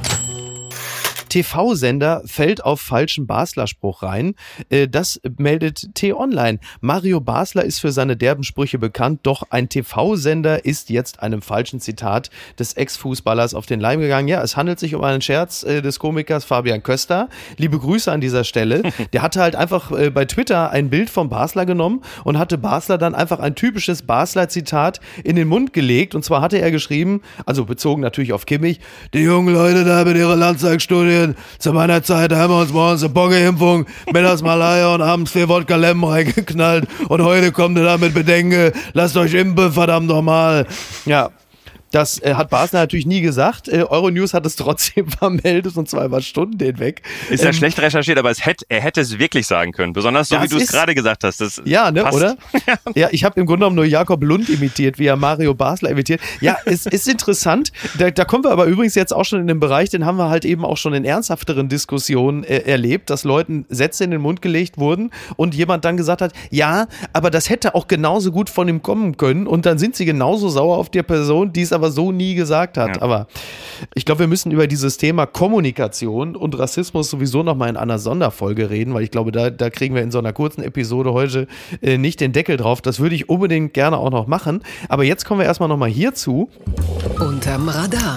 TV-Sender fällt auf falschen Basler-Spruch rein. Das meldet T-Online. Mario Basler ist für seine derben Sprüche bekannt, doch ein TV-Sender ist jetzt einem falschen Zitat des Ex-Fußballers auf den Leim gegangen. Ja, es handelt sich um einen Scherz des Komikers Fabian Köster. Liebe Grüße an dieser Stelle. Der hatte halt einfach bei Twitter ein Bild von Basler genommen und hatte Basler dann einfach ein typisches Basler-Zitat in den Mund gelegt. Und zwar hatte er geschrieben, also bezogen natürlich auf Kimmich, die jungen Leute da mit ihrer Landtagsstudie, zu meiner Zeit haben wir uns morgens eine Boggeimpfung, mittags Malaya und abends 4 Wodka Lemon reingeknallt und heute kommt ihr da mit Bedenke, lasst euch impfen, verdammt nochmal. Ja. Das hat Basler natürlich nie gesagt. Euronews hat es trotzdem vermeldet und zwar über Stunden hinweg. Ist ja schlecht recherchiert, aber er hätte es wirklich sagen können. Besonders so, wie du es gerade gesagt hast. Das ja, ne, passt. Oder? Ja, ich habe im Grunde genommen nur Jakob Lund imitiert, wie er Mario Basler imitiert. Ja, es ist interessant. Da kommen wir aber übrigens jetzt auch schon in den Bereich, den haben wir halt eben auch schon in ernsthafteren Diskussionen erlebt, dass Leuten Sätze in den Mund gelegt wurden und jemand dann gesagt hat, ja, aber das hätte auch genauso gut von ihm kommen können und dann sind sie genauso sauer auf die Person, die es aber so nie gesagt hat. Ja. Aber ich glaube, wir müssen über dieses Thema Kommunikation und Rassismus sowieso nochmal in einer Sonderfolge reden, weil ich glaube, da kriegen wir in so einer kurzen Episode heute nicht den Deckel drauf. Das würde ich unbedingt gerne auch noch machen. Aber jetzt kommen wir erstmal nochmal hierzu. Unterm Radar.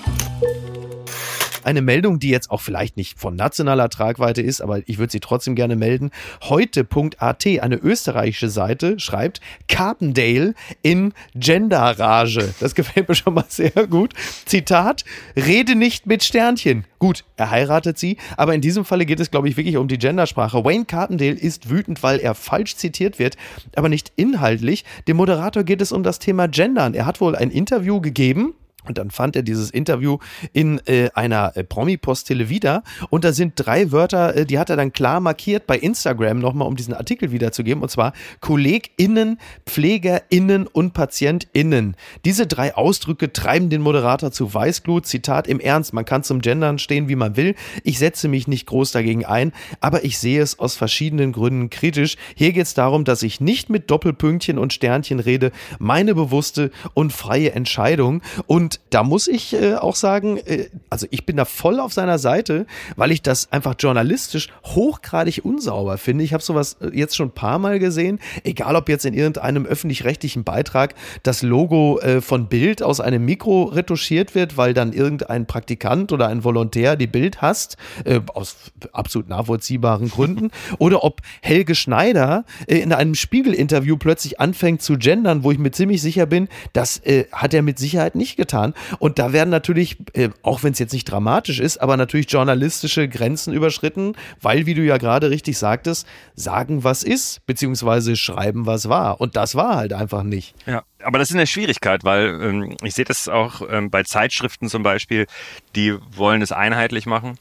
Eine Meldung, die jetzt auch vielleicht nicht von nationaler Tragweite ist, aber ich würde sie trotzdem gerne melden. Heute.at, eine österreichische Seite, schreibt Carpendale in Genderrage. Das gefällt mir schon mal sehr gut. Zitat, rede nicht mit Sternchen. Gut, er heiratet sie, aber in diesem Falle geht es, glaube ich, wirklich um die Gendersprache. Wayne Carpendale ist wütend, weil er falsch zitiert wird, aber nicht inhaltlich. Dem Moderator geht es um das Thema Gendern. Er hat wohl ein Interview gegeben. Und dann fand er dieses Interview in einer Promi-Postille wieder und da sind 3 Wörter, die hat er dann klar markiert bei Instagram nochmal, um diesen Artikel wiederzugeben, und zwar KollegInnen, PflegerInnen und PatientInnen. Diese 3 Ausdrücke treiben den Moderator zu Weißglut. Zitat, im Ernst, man kann zum Gendern stehen, wie man will. Ich setze mich nicht groß dagegen ein, aber ich sehe es aus verschiedenen Gründen kritisch. Hier geht es darum, dass ich nicht mit Doppelpünktchen und Sternchen rede, meine bewusste und freie Entscheidung. Und da muss ich auch sagen, also ich bin da voll auf seiner Seite, weil ich das einfach journalistisch hochgradig unsauber finde. Ich habe sowas jetzt schon ein paar Mal gesehen, egal ob jetzt in irgendeinem öffentlich-rechtlichen Beitrag das Logo von Bild aus einem Mikro retuschiert wird, weil dann irgendein Praktikant oder ein Volontär die Bild hasst, aus absolut nachvollziehbaren Gründen, oder ob Helge Schneider in einem Spiegel-Interview plötzlich anfängt zu gendern, wo ich mir ziemlich sicher bin, das hat er mit Sicherheit nicht getan. Und da werden natürlich, auch wenn es jetzt nicht dramatisch ist, aber natürlich journalistische Grenzen überschritten, weil, wie du ja gerade richtig sagtest, sagen, was ist, beziehungsweise schreiben, was war. Und das war halt einfach nicht. Ja, Aber das ist eine Schwierigkeit, weil ich sehe das auch bei Zeitschriften zum Beispiel, die wollen es einheitlich machen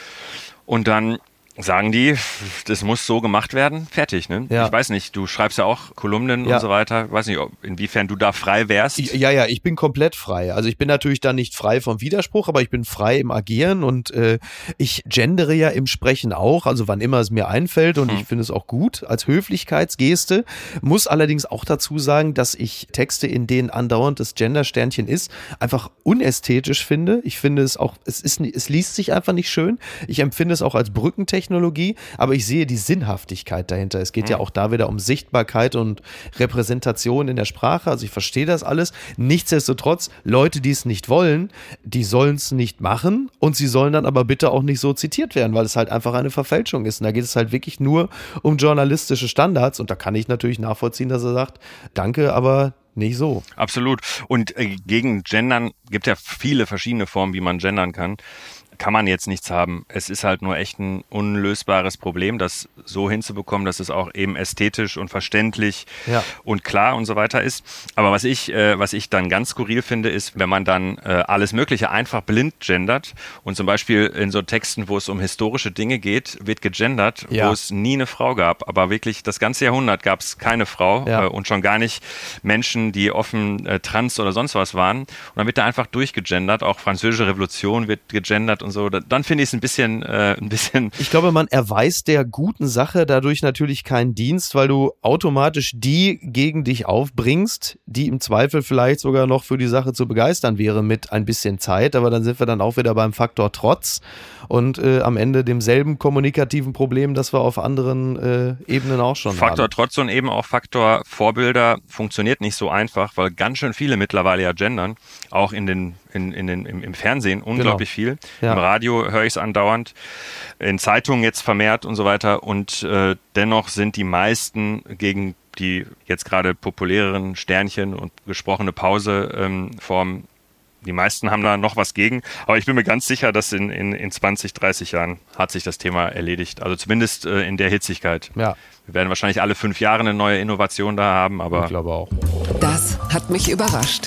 und dann sagen die, das muss so gemacht werden, fertig. Ne? Ja. Ich weiß nicht, du schreibst ja auch Kolumnen und so weiter. Ich weiß nicht, inwiefern du da frei wärst. Ja, ich bin komplett frei. Also ich bin natürlich dann nicht frei vom Widerspruch, aber ich bin frei im Agieren und ich gendere ja im Sprechen auch, also wann immer es mir einfällt und ich finde es auch gut als Höflichkeitsgeste. Muss allerdings auch dazu sagen, dass ich Texte, in denen andauernd das Gender-Sternchen ist, einfach unästhetisch finde. Ich finde es auch, es liest sich einfach nicht schön. Ich empfinde es auch als Brückentechnik, aber ich sehe die Sinnhaftigkeit dahinter. Es geht ja auch da wieder um Sichtbarkeit und Repräsentation in der Sprache. Also ich verstehe das alles. Nichtsdestotrotz, Leute, die es nicht wollen, die sollen es nicht machen und sie sollen dann aber bitte auch nicht so zitiert werden, weil es halt einfach eine Verfälschung ist. Und da geht es halt wirklich nur um journalistische Standards und da kann ich natürlich nachvollziehen, dass er sagt, danke, aber nicht so. Absolut. Und gegen Gendern gibt ja viele verschiedene Formen, wie man gendern kann. Kann man jetzt nichts haben. Es ist halt nur echt ein unlösbares Problem, das so hinzubekommen, dass es auch eben ästhetisch und verständlich und klar und so weiter ist. Aber was ich dann ganz skurril finde, ist, wenn man dann alles Mögliche einfach blind gendert und zum Beispiel in so Texten, wo es um historische Dinge geht, wird gegendert, wo es nie eine Frau gab. Aber wirklich das ganze Jahrhundert gab es keine Frau und schon gar nicht Menschen, die offen trans oder sonst was waren. Und dann wird da einfach durchgegendert. Auch Französische Revolution wird gegendert und so, dann finde ich es ein bisschen... Ich glaube, man erweist der guten Sache dadurch natürlich keinen Dienst, weil du automatisch die gegen dich aufbringst, die im Zweifel vielleicht sogar noch für die Sache zu begeistern wäre mit ein bisschen Zeit, aber dann sind wir dann auch wieder beim Faktor Trotz und am Ende demselben kommunikativen Problem, das wir auf anderen Ebenen auch schon haben. Faktor Trotz und eben auch Faktor Vorbilder funktioniert nicht so einfach, weil ganz schön viele mittlerweile ja gendern, auch im Fernsehen unglaublich viel. Im Radio höre ich es andauernd, in Zeitungen jetzt vermehrt und so weiter und dennoch sind die meisten gegen die jetzt gerade populäreren Sternchen und gesprochene Pause-Formen, die meisten haben da noch was gegen, aber ich bin mir ganz sicher, dass in 20, 30 Jahren hat sich das Thema erledigt, also zumindest in der Hitzigkeit. Ja. Wir werden wahrscheinlich alle 5 Jahre eine neue Innovation da haben, aber... Ich glaube auch. Das hat mich überrascht.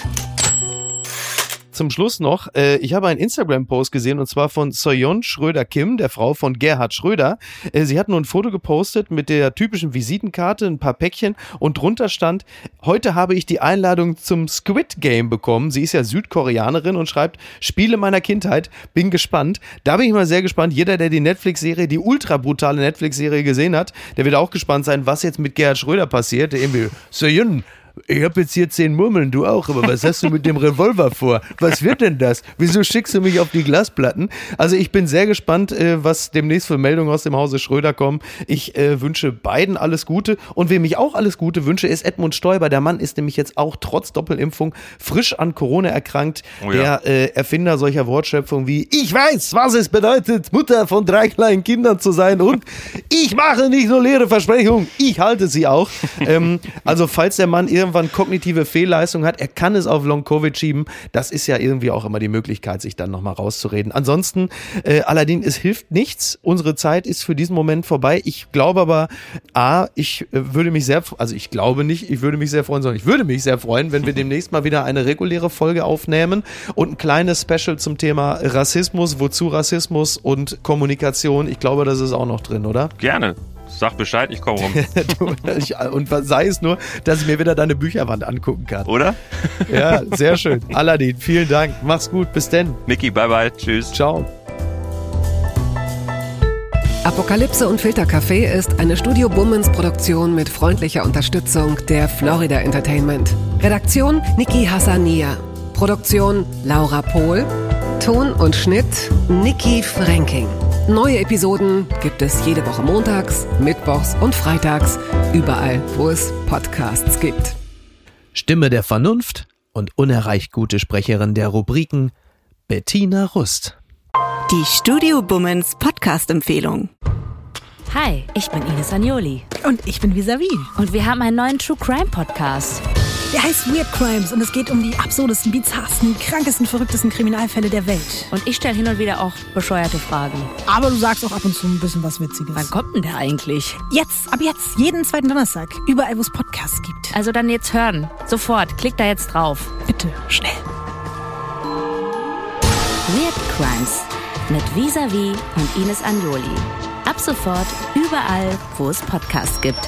Zum Schluss noch, ich habe einen Instagram-Post gesehen und zwar von Soyeon Schröder-Kim, der Frau von Gerhard Schröder. Sie hat nur ein Foto gepostet mit der typischen Visitenkarte, ein paar Päckchen und drunter stand, heute habe ich die Einladung zum Squid Game bekommen. Sie ist ja Südkoreanerin und schreibt, Spiele meiner Kindheit, bin gespannt. Da bin ich mal sehr gespannt. Jeder, der die Netflix-Serie, die ultra brutale Netflix-Serie gesehen hat, der wird auch gespannt sein, was jetzt mit Gerhard Schröder passiert. Der irgendwie, Soyeon, ich habe jetzt hier 10 Murmeln, du auch, aber was hast du mit dem Revolver vor? Was wird denn das? Wieso schickst du mich auf die Glasplatten? Also ich bin sehr gespannt, was demnächst für Meldungen aus dem Hause Schröder kommen. Ich wünsche beiden alles Gute und wem ich auch alles Gute wünsche, ist Edmund Stoiber. Der Mann ist nämlich jetzt auch trotz Doppelimpfung frisch an Corona erkrankt. Oh ja. Der Erfinder solcher Wortschöpfungen wie ich weiß, was es bedeutet, Mutter von 3 kleinen Kindern zu sein und ich mache nicht nur leere Versprechungen, ich halte sie auch. Also falls der Mann irgendwann kognitive Fehlleistung hat, er kann es auf Long-Covid schieben. Das ist ja irgendwie auch immer die Möglichkeit, sich dann nochmal rauszureden. Ansonsten, allerdings, es hilft nichts. Unsere Zeit ist für diesen Moment vorbei. Ich glaube aber, ich würde mich sehr freuen, sondern ich würde mich sehr freuen, wenn wir demnächst mal wieder eine reguläre Folge aufnehmen und ein kleines Special zum Thema Rassismus, wozu Rassismus und Kommunikation. Ich glaube, das ist auch noch drin, oder? Gerne. Sag Bescheid, ich komme rum. Und sei es nur, dass ich mir wieder deine Bücherwand angucken kann. Oder? Ja, sehr schön. Aladin, vielen Dank. Mach's gut. Bis denn. Micky, bye bye. Tschüss. Ciao. Apokalypse und Filtercafé ist eine Studio Bummens Produktion mit freundlicher Unterstützung der Florida Entertainment. Redaktion Niki Hassania. Produktion Laura Pohl. Ton und Schnitt Niki Fränking. Neue Episoden gibt es jede Woche montags, mittwochs und freitags, überall, wo es Podcasts gibt. Stimme der Vernunft und unerreicht gute Sprecherin der Rubriken Bettina Rust. Die Studio Bummens Podcast-Empfehlung. Hi, ich bin Ines Agnoli. Und ich bin Visavi. Und wir haben einen neuen True Crime Podcast. Der heißt Weird Crimes und es geht um die absurdesten, bizarrsten, krankesten, verrücktesten Kriminalfälle der Welt. Und ich stelle hin und wieder auch bescheuerte Fragen. Aber du sagst auch ab und zu ein bisschen was Witziges. Wann kommt denn der eigentlich? Ab jetzt, jeden zweiten Donnerstag, überall wo es Podcasts gibt. Also dann jetzt hören. Sofort, klick da jetzt drauf. Bitte, schnell. Weird Crimes mit Visavi und Ines Agnoli. Ab sofort überall, wo es Podcasts gibt.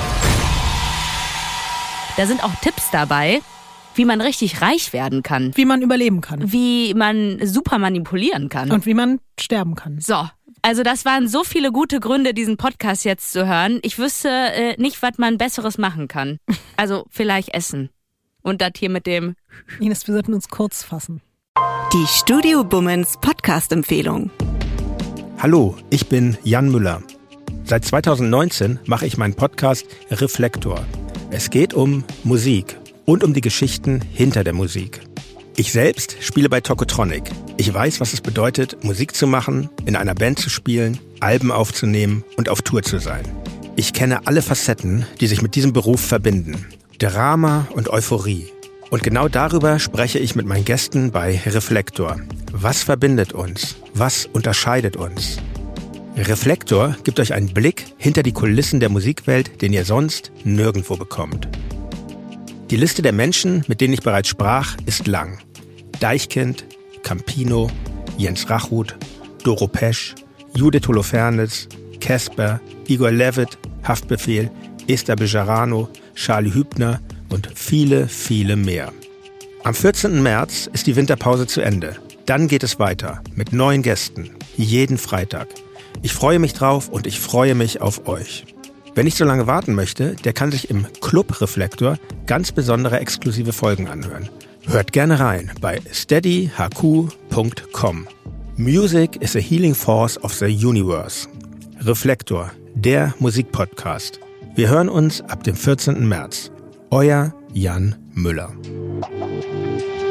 Da sind auch Tipps dabei, wie man richtig reich werden kann. Wie man überleben kann. Wie man super manipulieren kann. Und wie man sterben kann. So, also das waren so viele gute Gründe, diesen Podcast jetzt zu hören. Ich wüsste nicht, was man Besseres machen kann. Also vielleicht essen. Und das hier mit dem... Ines, wir sollten uns kurz fassen. Die Studio Bummens Podcast-Empfehlung. Hallo, ich bin Jan Müller. Seit 2019 mache ich meinen Podcast Reflektor. Es geht um Musik und um die Geschichten hinter der Musik. Ich selbst spiele bei Tokotronic. Ich weiß, was es bedeutet, Musik zu machen, in einer Band zu spielen, Alben aufzunehmen und auf Tour zu sein. Ich kenne alle Facetten, die sich mit diesem Beruf verbinden. Drama und Euphorie. Und genau darüber spreche ich mit meinen Gästen bei Reflektor. Was verbindet uns? Was unterscheidet uns? Reflektor gibt euch einen Blick hinter die Kulissen der Musikwelt, den ihr sonst nirgendwo bekommt. Die Liste der Menschen, mit denen ich bereits sprach, ist lang. Deichkind, Campino, Jens Rachut, Doro Pesch, Judith Holofernes, Casper, Igor Levit, Haftbefehl, Esther Bejarano, Charlie Hübner und viele, viele mehr. Am 14. März ist die Winterpause zu Ende. Dann geht es weiter mit neuen Gästen, jeden Freitag. Ich freue mich drauf und ich freue mich auf euch. Wer nicht so lange warten möchte, der kann sich im Club Reflektor ganz besondere exklusive Folgen anhören. Hört gerne rein bei steadyhq.com. Music is a healing force of the universe. Reflektor, der Musikpodcast. Wir hören uns ab dem 14. März. Euer Jan Müller.